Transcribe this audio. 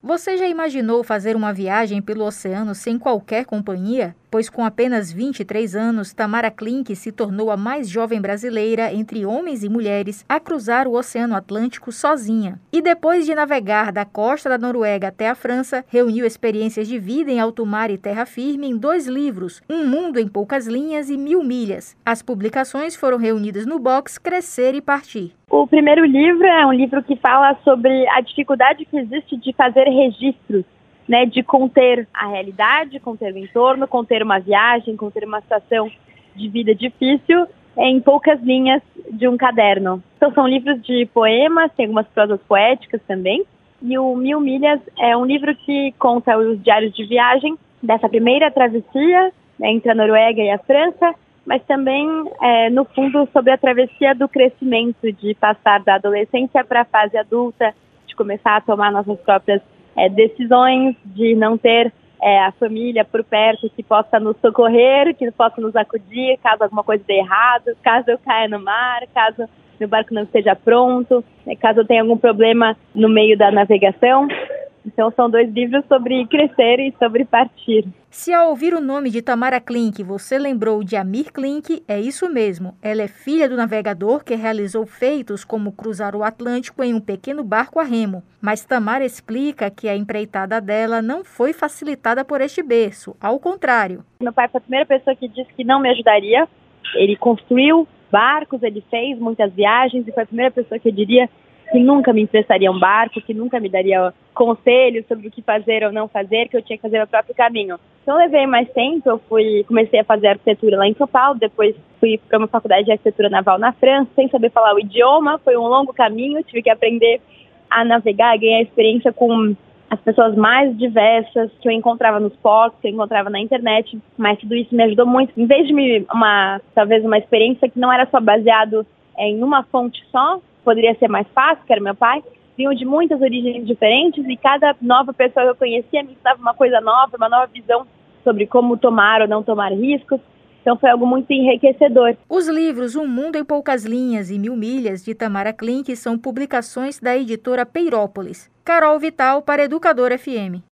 Você já imaginou fazer uma viagem pelo oceano sem qualquer companhia? Pois com apenas 23 anos, Tamara Klink se tornou a mais jovem brasileira entre homens e mulheres a cruzar o Oceano Atlântico sozinha. E depois de navegar da costa da Noruega até a França, reuniu experiências de vida em alto mar e terra firme em 2 livros, Um Mundo em Poucas Linhas e 1000 Milhas. As publicações foram reunidas no box Crescer e Partir. O primeiro livro é um livro que fala sobre a dificuldade que existe de fazer registros, né, de conter a realidade, conter o entorno, conter uma viagem, conter uma situação de vida difícil em poucas linhas de um caderno. Então são livros de poemas, tem algumas prosas poéticas também. E o 1000 Milhas é um livro que conta os diários de viagem dessa primeira travessia, né, entre a Noruega e a França, mas também, no fundo, sobre a travessia do crescimento, de passar da adolescência para a fase adulta, de começar a tomar nossas próprias decisões, de não ter a família por perto que possa nos socorrer, que possa nos acudir caso alguma coisa dê errado, caso eu caia no mar, caso meu barco não esteja pronto, caso eu tenha algum problema no meio da navegação. Então são 2 livros sobre crescer e sobre partir. Se ao ouvir o nome de Tamara Klink você lembrou de Amir Klink, é isso mesmo. Ela é filha do navegador que realizou feitos como cruzar o Atlântico em um pequeno barco a remo. Mas Tamara explica que a empreitada dela não foi facilitada por este berço, ao contrário. Meu pai foi a primeira pessoa que disse que não me ajudaria. Ele construiu barcos, ele fez muitas viagens e foi a primeira pessoa que eu diria que nunca me emprestaria um barco, que nunca me daria conselhos sobre o que fazer ou não fazer, que eu tinha que fazer o próprio caminho. Então eu levei mais tempo, comecei a fazer arquitetura lá em São Paulo, depois fui para uma faculdade de arquitetura naval na França, sem saber falar o idioma, foi um longo caminho, tive que aprender a navegar, ganhar experiência com as pessoas mais diversas que eu encontrava nos portos, que eu encontrava na internet, mas tudo isso me ajudou muito. Em vez de talvez uma experiência que não era só baseado em uma fonte só, poderia ser mais fácil, que era meu pai, vinham de muitas origens diferentes e cada nova pessoa que eu conhecia me dava uma coisa nova, uma nova visão sobre como tomar ou não tomar riscos. Então foi algo muito enriquecedor. Os livros Um Mundo em Poucas Linhas e 1000 Milhas, de Tamara Klink, são publicações da editora Peirópolis. Carol Vital para Educador FM.